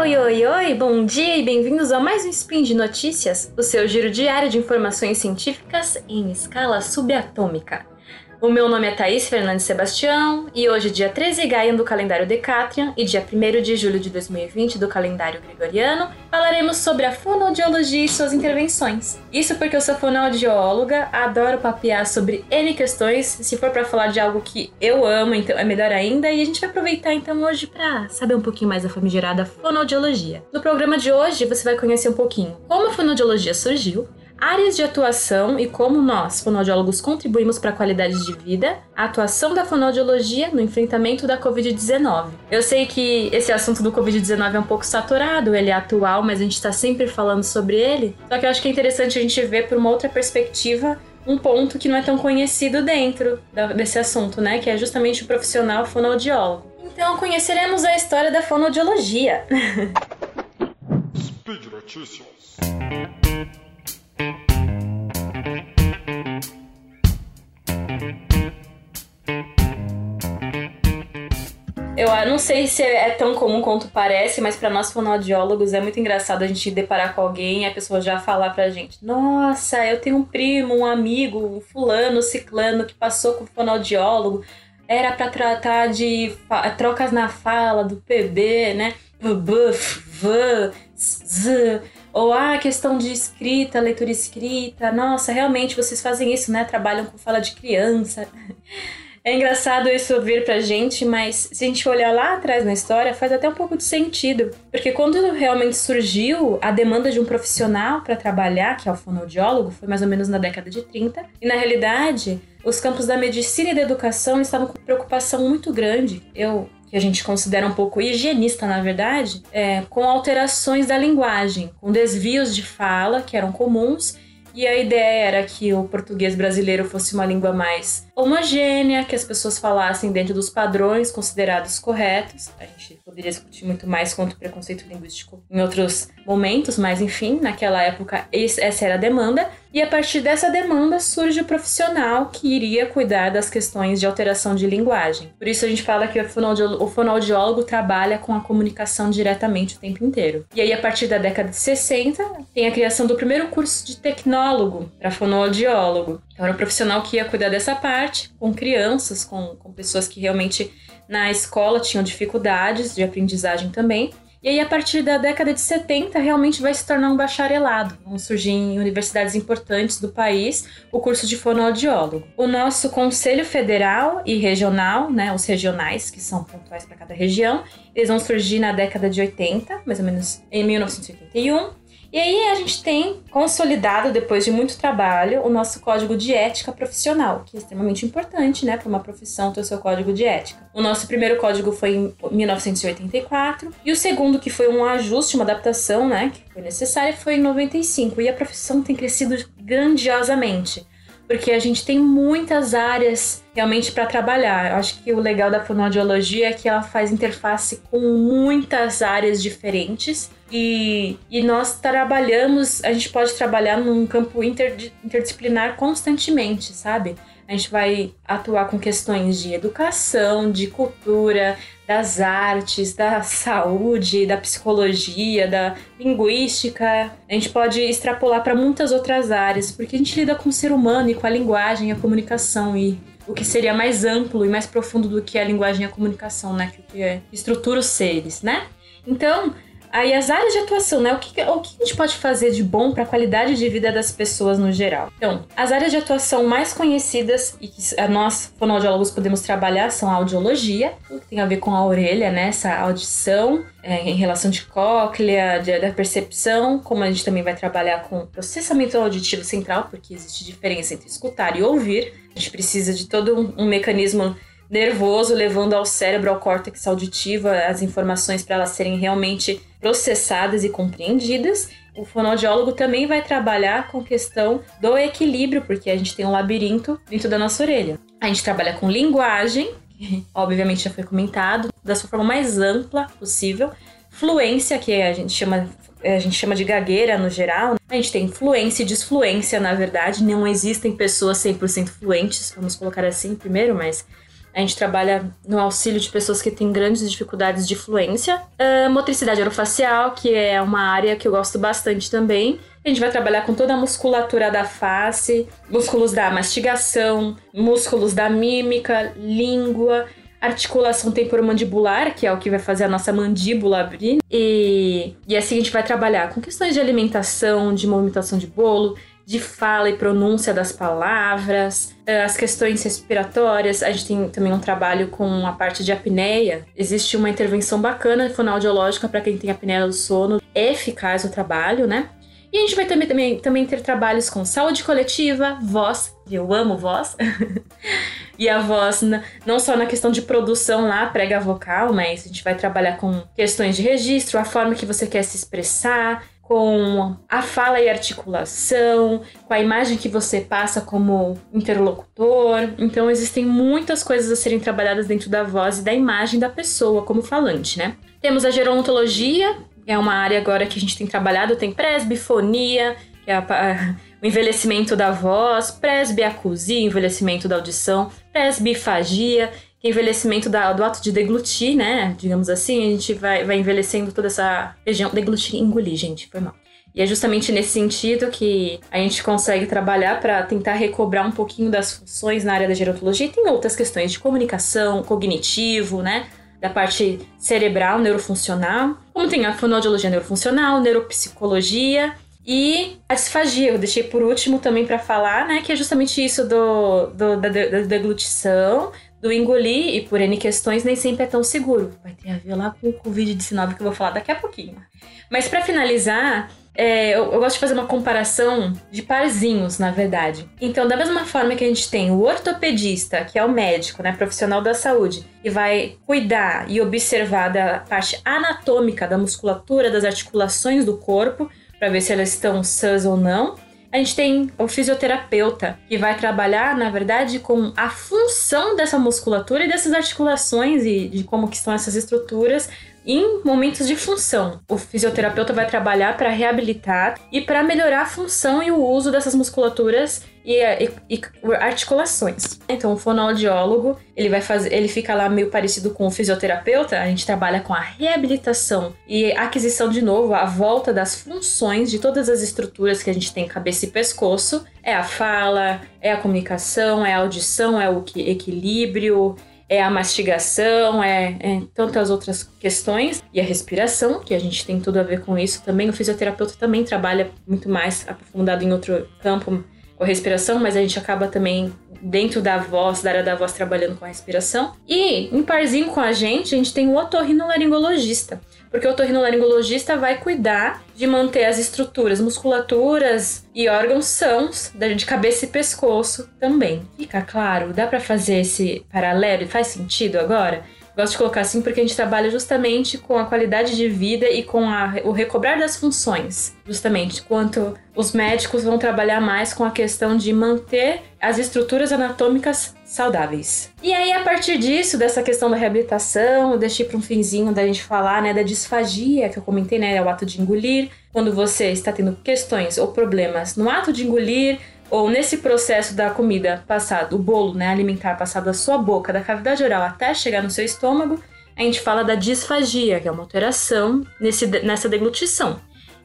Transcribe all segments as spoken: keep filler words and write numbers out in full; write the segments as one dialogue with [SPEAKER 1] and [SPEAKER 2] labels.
[SPEAKER 1] Oi, oi, oi, bom dia e bem-vindos a mais um Spin de Notícias, o seu giro diário de informações científicas em escala subatômica. O meu nome é Thaís Fernandes Sebastião e hoje, dia treze Gaian do calendário Decatrian e dia primeiro de julho de dois mil e vinte do calendário Gregoriano, falaremos sobre a fonoaudiologia e suas intervenções. Isso porque eu sou fonoaudióloga, adoro papear sobre N questões, se for para falar de algo que eu amo, então é melhor ainda, e a gente vai aproveitar então hoje para saber um pouquinho mais da famigerada fonoaudiologia. No programa de hoje você vai conhecer um pouquinho como a fonoaudiologia surgiu, áreas de atuação e como nós, fonoaudiólogos, contribuímos para a qualidade de vida, a atuação da fonoaudiologia no enfrentamento da covid dezenove. Eu sei que esse assunto do covid dezenove é um pouco saturado, ele é atual, mas a gente está sempre falando sobre ele, só que eu acho que é interessante a gente ver por uma outra perspectiva um ponto que não é tão conhecido dentro desse assunto, né, que é justamente o profissional fonoaudiólogo. Então conheceremos a história da fonoaudiologia.
[SPEAKER 2] Speed Notícias.
[SPEAKER 1] Eu não sei se é tão comum quanto parece, mas para nós fonoaudiólogos é muito engraçado a gente deparar com alguém e a pessoa já falar pra gente: nossa, eu tenho um primo, um amigo, um fulano, ciclano que passou com fonoaudiólogo, era para tratar de fa- trocas na fala do P B, né? Buf, v, z, ou a ah, questão de escrita, leitura escrita. Nossa, realmente vocês fazem isso, né? Trabalham com fala de criança. É engraçado isso vir pra gente, mas se a gente olhar lá atrás na história, faz até um pouco de sentido. Porque quando realmente surgiu a demanda de um profissional para trabalhar, que é o fonoaudiólogo, foi mais ou menos na década de trinta, e na realidade, os campos da medicina e da educação estavam com preocupação muito grande. Eu, que a gente considera um pouco higienista, na verdade, é, com alterações da linguagem, com desvios de fala que eram comuns. E a ideia era que o português brasileiro fosse uma língua mais homogênea, que as pessoas falassem dentro dos padrões considerados corretos. A gente poderia discutir muito mais quanto ao preconceito linguístico em outros momentos, mas enfim, naquela época essa era a demanda. E a partir dessa demanda surge o profissional que iria cuidar das questões de alteração de linguagem. Por isso a gente fala que o fonoaudiólogo, o fonoaudiólogo trabalha com a comunicação diretamente o tempo inteiro. E aí a partir da década de sessenta tem a criação do primeiro curso de tecnólogo para fonoaudiólogo. Então era um profissional que ia cuidar dessa parte com crianças, com, com pessoas que realmente na escola tinham dificuldades de aprendizagem também. E aí, a partir da década de setenta, realmente vai se tornar um bacharelado. Vão surgir em universidades importantes do país o curso de fonoaudiólogo. O nosso Conselho Federal e Regional, né, os regionais, que são pontuais para cada região, eles vão surgir na década de oitenta, mais ou menos em mil novecentos e oitenta e um. E aí a gente tem consolidado, depois de muito trabalho, o nosso código de ética profissional, que é extremamente importante, né, para uma profissão ter o seu código de ética. O nosso primeiro código foi em mil novecentos e oitenta e quatro, e o segundo, que foi um ajuste, uma adaptação, né, que foi necessária, foi em noventa e cinco. E a profissão tem crescido grandiosamente, porque a gente tem muitas áreas realmente para trabalhar. Eu acho que o legal da fonoaudiologia é que ela faz interface com muitas áreas diferentes e, e nós trabalhamos, a gente pode trabalhar num campo inter, interdisciplinar constantemente, sabe? A gente vai atuar com questões de educação, de cultura, das artes, da saúde, da psicologia, da linguística. A gente pode extrapolar para muitas outras áreas, porque a gente lida com o ser humano e com a linguagem e a comunicação, e o que seria mais amplo e mais profundo do que a linguagem e a comunicação, né? Que é, estrutura os seres, né? Então, aí as áreas de atuação, né? O que, o que a gente pode fazer de bom para a qualidade de vida das pessoas no geral? Então, as áreas de atuação mais conhecidas e que nós, fonoaudiólogos, podemos trabalhar são a audiologia, que tem a ver com a orelha, né? Essa audição, é, em relação de cóclea, de, da percepção, como a gente também vai trabalhar com processamento auditivo central, porque existe diferença entre escutar e ouvir. A gente precisa de todo um, um mecanismo nervoso levando ao cérebro, ao córtex auditivo, as informações para elas serem realmente processadas e compreendidas. O fonoaudiólogo também vai trabalhar com a questão do equilíbrio, porque a gente tem um labirinto dentro da nossa orelha. A gente trabalha com linguagem, que obviamente já foi comentado, da sua forma mais ampla possível. Fluência, que a gente chama, a gente chama de gagueira no geral. A gente tem fluência e desfluência, na verdade. Não existem pessoas cem por cento fluentes, vamos colocar assim primeiro, mas A gente trabalha no auxílio de pessoas que têm grandes dificuldades de fluência. Uh, motricidade orofacial, que é uma área que eu gosto bastante também. A gente vai trabalhar com toda a musculatura da face, músculos da mastigação, músculos da mímica, língua, articulação temporomandibular, que é o que vai fazer a nossa mandíbula abrir. E, e assim a gente vai trabalhar com questões de alimentação, de movimentação de bolo, de fala e pronúncia das palavras, as questões respiratórias. A gente tem também um trabalho com a parte de apneia. Existe uma intervenção bacana fonoaudiológica para quem tem apneia do sono. É eficaz o trabalho, né? E a gente vai também, também, também ter trabalhos com saúde coletiva, voz, eu amo voz, e a voz não só na questão de produção lá, prega vocal, mas a gente vai trabalhar com questões de registro, a forma que você quer se expressar, com a fala e articulação, com a imagem que você passa como interlocutor. Então existem muitas coisas a serem trabalhadas dentro da voz e da imagem da pessoa como falante, né? Temos a gerontologia, é uma área agora que a gente tem trabalhado, tem presbifonia, que é a, a, o envelhecimento da voz, presbiacusia, envelhecimento da audição, presbifagia, que é envelhecimento da, do ato de deglutir, né? Digamos assim, a gente vai, vai envelhecendo toda essa região. Deglutir e engolir, gente, foi mal. E é justamente nesse sentido que a gente consegue trabalhar para tentar recobrar um pouquinho das funções na área da gerontologia. E tem outras questões de comunicação, cognitivo, né? Da parte cerebral, neurofuncional, como tem a fonoaudiologia neurofuncional, neuropsicologia e a disfagia. Eu deixei por último também para falar, né, que é justamente isso do, do, da, da deglutição, do engolir, e por N questões nem sempre é tão seguro. Vai ter a ver lá com o covid dezenove que eu vou falar daqui a pouquinho. Mas para finalizar, É, eu, eu gosto de fazer uma comparação de parzinhos, na verdade. Então, da mesma forma que a gente tem o ortopedista, que é o médico, né, profissional da saúde, que vai cuidar e observar da parte anatômica da musculatura, das articulações do corpo, para ver se elas estão sãs ou não. A gente tem o fisioterapeuta, que vai trabalhar, na verdade, com a função dessa musculatura e dessas articulações e de como que estão essas estruturas em momentos de função. O fisioterapeuta vai trabalhar para reabilitar e para melhorar a função e o uso dessas musculaturas e, e, e articulações. Então, o fonoaudiólogo, ele vai fazer, ele fica lá meio parecido com o fisioterapeuta. A gente trabalha com a reabilitação e aquisição de novo, a volta das funções de todas as estruturas que a gente tem, cabeça e pescoço. É a fala, é a comunicação, é a audição, é o equilíbrio, é a mastigação, é, é tantas outras questões. E a respiração, que a gente tem tudo a ver com isso também. O fisioterapeuta também trabalha muito mais aprofundado em outro campo com a respiração, mas a gente acaba também dentro da voz, da área da voz, trabalhando com a respiração. E em parzinho com a gente, a gente tem o otorrinolaringologista, porque o otorrinolaringologista vai cuidar de manter as estruturas, musculaturas e órgãos sãos de cabeça e pescoço também. Fica claro? Dá pra fazer esse paralelo e faz sentido agora? Gosto de colocar assim porque a gente trabalha justamente com a qualidade de vida e com a, o recobrar das funções. Justamente, quanto os médicos vão trabalhar mais com a questão de manter as estruturas anatômicas saudáveis. E aí, a partir disso, dessa questão da reabilitação, eu deixei para um finzinho da gente falar, né, da disfagia, que eu comentei, né, é o ato de engolir. Quando você está tendo questões ou problemas no ato de engolir, ou nesse processo da comida passado, o bolo, né, alimentar passado da sua boca, da cavidade oral até chegar no seu estômago, a gente fala da disfagia, que é uma alteração nesse, nessa deglutição.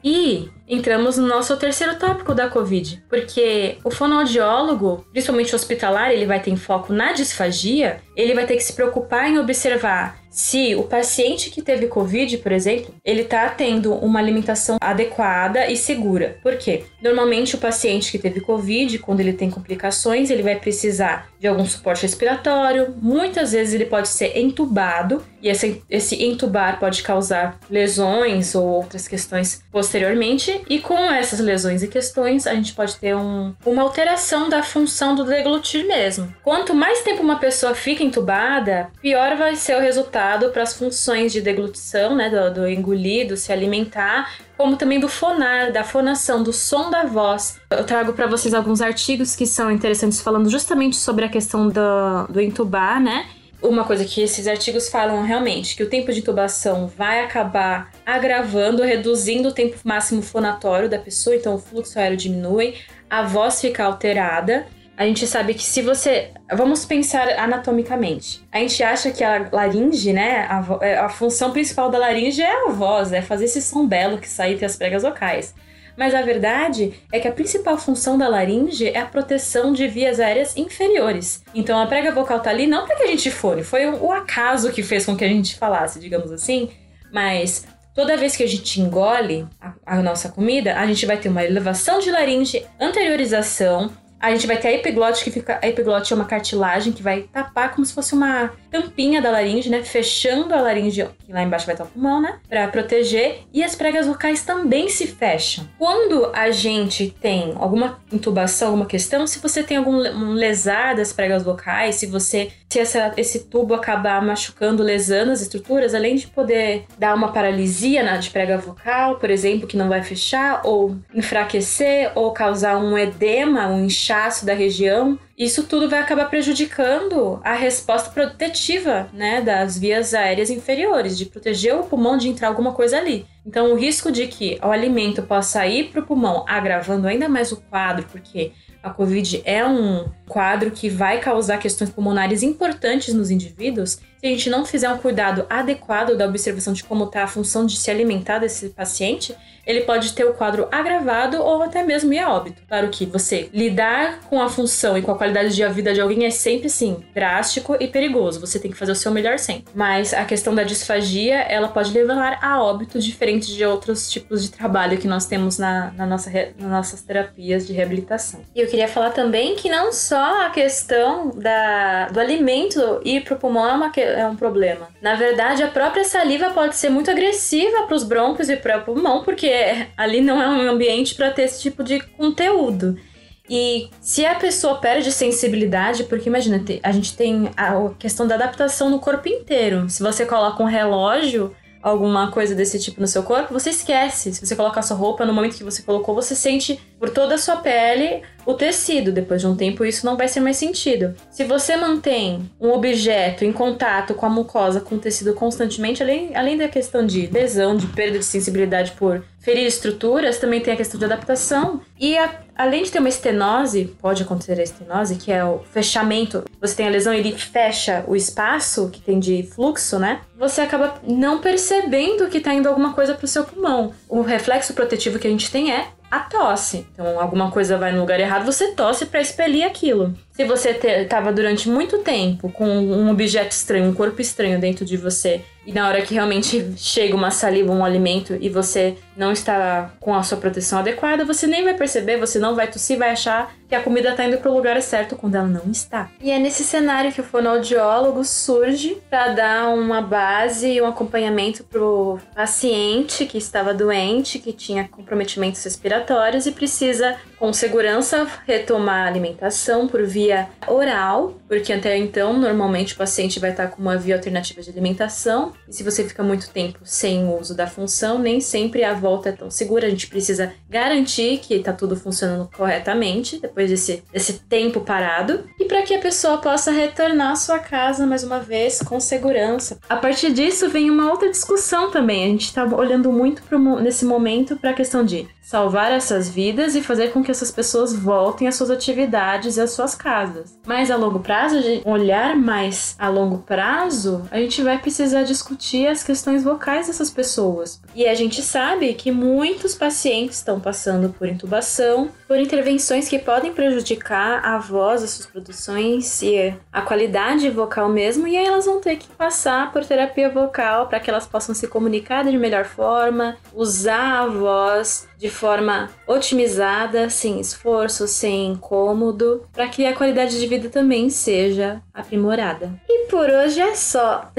[SPEAKER 1] E entramos no nosso terceiro tópico da Covid, porque o fonoaudiólogo, principalmente hospitalar, ele vai ter foco na disfagia, ele vai ter que se preocupar em observar se o paciente que teve Covid, por exemplo, ele está tendo uma alimentação adequada e segura. Por quê? Normalmente o paciente que teve Covid, quando ele tem complicações, ele vai precisar de algum suporte respiratório, muitas vezes ele pode ser entubado, e esse, esse entubar pode causar lesões ou outras questões posteriormente, e com essas lesões e questões, a gente pode ter um, uma alteração da função do deglutir mesmo. Quanto mais tempo uma pessoa fica entubada, pior vai ser o resultado para as funções de deglutição, né, do, do engolir, do se alimentar, como também do fonar, da fonação, do som da voz. Eu trago para vocês alguns artigos que são interessantes falando justamente sobre a questão do, do entubar, né? Uma coisa que esses artigos falam realmente, que o tempo de intubação vai acabar agravando, reduzindo o tempo máximo fonatório da pessoa, então o fluxo aéreo diminui, a voz fica alterada. A gente sabe que se você... Vamos pensar anatomicamente. A gente acha que a laringe, né? A, a função principal da laringe é a voz, é fazer esse som belo que sai entre as pregas vocais. Mas a verdade é que a principal função da laringe é a proteção de vias aéreas inferiores. Então a prega vocal tá ali não para que a gente fone, foi o, o acaso que fez com que a gente falasse, digamos assim. Mas toda vez que a gente engole a, a nossa comida, a gente vai ter uma elevação de laringe, anteriorização. A gente vai ter a epiglote, que fica... A epiglote é uma cartilagem que vai tapar como se fosse uma tampinha da laringe, né? Fechando a laringe, que lá embaixo vai estar o pulmão, né? Pra proteger. E as pregas vocais também se fecham. Quando a gente tem alguma intubação, alguma questão, se você tem algum um lesar das pregas vocais, se você... Se essa, esse tubo acabar machucando, lesando as estruturas, além de poder dar uma paralisia na, de prega vocal, por exemplo, que não vai fechar, ou enfraquecer, ou causar um edema, um inchaço da região, isso tudo vai acabar prejudicando a resposta protetiva, né, das vias aéreas inferiores, de proteger o pulmão de entrar alguma coisa ali. Então, o risco de que o alimento possa ir para o pulmão, agravando ainda mais o quadro, porque a Covid é um quadro que vai causar questões pulmonares importantes nos indivíduos. Se a gente não fizer um cuidado adequado da observação de como está a função de se alimentar desse paciente, ele pode ter o quadro agravado ou até mesmo ir a óbito. Claro que você lidar com a função e com a qualidade de vida de alguém é sempre, sim, drástico e perigoso. Você tem que fazer o seu melhor sempre. Mas a questão da disfagia, ela pode levar a óbito, diferente de outros tipos de trabalho que nós temos na, na nossa, nas nossas terapias de reabilitação. E eu queria falar também que não só a questão da, do alimento ir para o pulmão é, uma, é um problema. Na verdade, a própria saliva pode ser muito agressiva para os brônquios e para o pulmão, porque ali não é um ambiente para ter esse tipo de conteúdo. E se a pessoa perde sensibilidade, porque imagina, a gente tem a questão da adaptação no corpo inteiro. Se você coloca um relógio, alguma coisa desse tipo no seu corpo, você esquece. Se você coloca a sua roupa, no momento que você colocou, você sente por toda a sua pele o tecido. Depois de um tempo, isso não vai ser mais sentido. Se você mantém um objeto em contato com a mucosa, com o tecido constantemente, além, além da questão de lesão, de perda de sensibilidade por ferir estruturas, também tem a questão de adaptação. E a, além de ter uma estenose, pode acontecer a estenose, que é o fechamento. Você tem a lesão, ele fecha o espaço que tem de fluxo, né? Você acaba não percebendo que tá indo alguma coisa pro seu pulmão. O reflexo protetivo que a gente tem é a tosse. Então, alguma coisa vai no lugar errado, você tosse para expelir aquilo. Se você estava durante muito tempo com um objeto estranho, um corpo estranho dentro de você, e na hora que realmente chega uma saliva, um alimento, e você não está com a sua proteção adequada, você nem vai perceber, você não vai tossir, vai achar que a comida está indo para o lugar certo quando ela não está. E é nesse cenário que o fonoaudiólogo surge para dar uma base e um acompanhamento para o paciente que estava doente, que tinha comprometimentos respiratórios e precisa, com segurança, retomar a alimentação por via oral, porque até então, normalmente, o paciente vai estar com uma via alternativa de alimentação, e se você fica muito tempo sem o uso da função, nem sempre a volta é tão segura. A gente precisa garantir que está tudo funcionando corretamente, depois desse, desse tempo parado, e para que a pessoa possa retornar à sua casa, mais uma vez, com segurança. A partir disso, vem uma outra discussão também. A gente está olhando muito pro, nesse momento para a questão de salvar essas vidas e fazer com que essas pessoas voltem às suas atividades e às suas casas. Mas a longo prazo, um olhar mais a longo prazo, a gente vai precisar discutir as questões vocais dessas pessoas. E a gente sabe que muitos pacientes estão passando por intubação, por intervenções que podem prejudicar a voz, as suas produções e a qualidade vocal mesmo, e aí elas vão ter que passar por terapia vocal para que elas possam se comunicar de melhor forma, usar a voz de forma otimizada, sem esforço, sem incômodo, para que a qualidade de vida também seja aprimorada. E por hoje é só.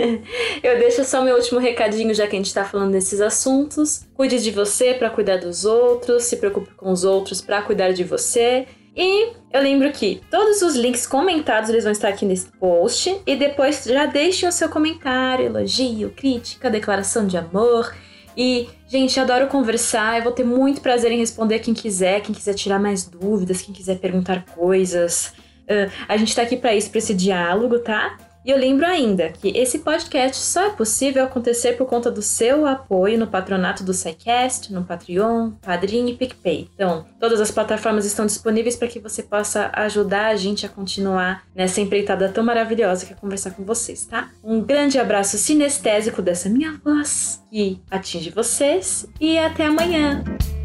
[SPEAKER 1] Eu deixo só meu último recadinho, já que a gente está falando desses assuntos. Cuide de você para cuidar dos outros, se preocupe com os outros para cuidar de você. E eu lembro que todos os links comentados eles vão estar aqui nesse post, e depois já deixem o seu comentário, elogio, crítica, declaração de amor. E, gente, adoro conversar, eu vou ter muito prazer em responder quem quiser, quem quiser tirar mais dúvidas, quem quiser perguntar coisas. Uh, a gente tá aqui pra isso, pra esse diálogo, tá? E eu lembro ainda que esse podcast só é possível acontecer por conta do seu apoio no patronato do SciCast, no Patreon, Padrim e PicPay. Então, todas as plataformas estão disponíveis para que você possa ajudar a gente a continuar nessa empreitada tão maravilhosa que é conversar com vocês, tá? Um grande abraço sinestésico dessa minha voz que atinge vocês e até amanhã!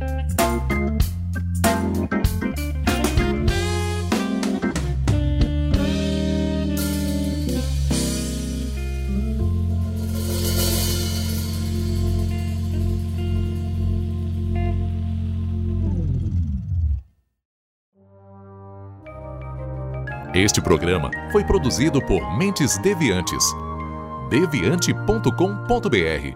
[SPEAKER 2] Este programa foi produzido por Mentes Deviantes. deviante ponto com ponto b r.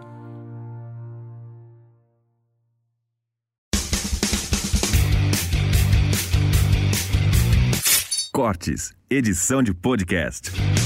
[SPEAKER 3] Cortes, edição de podcast.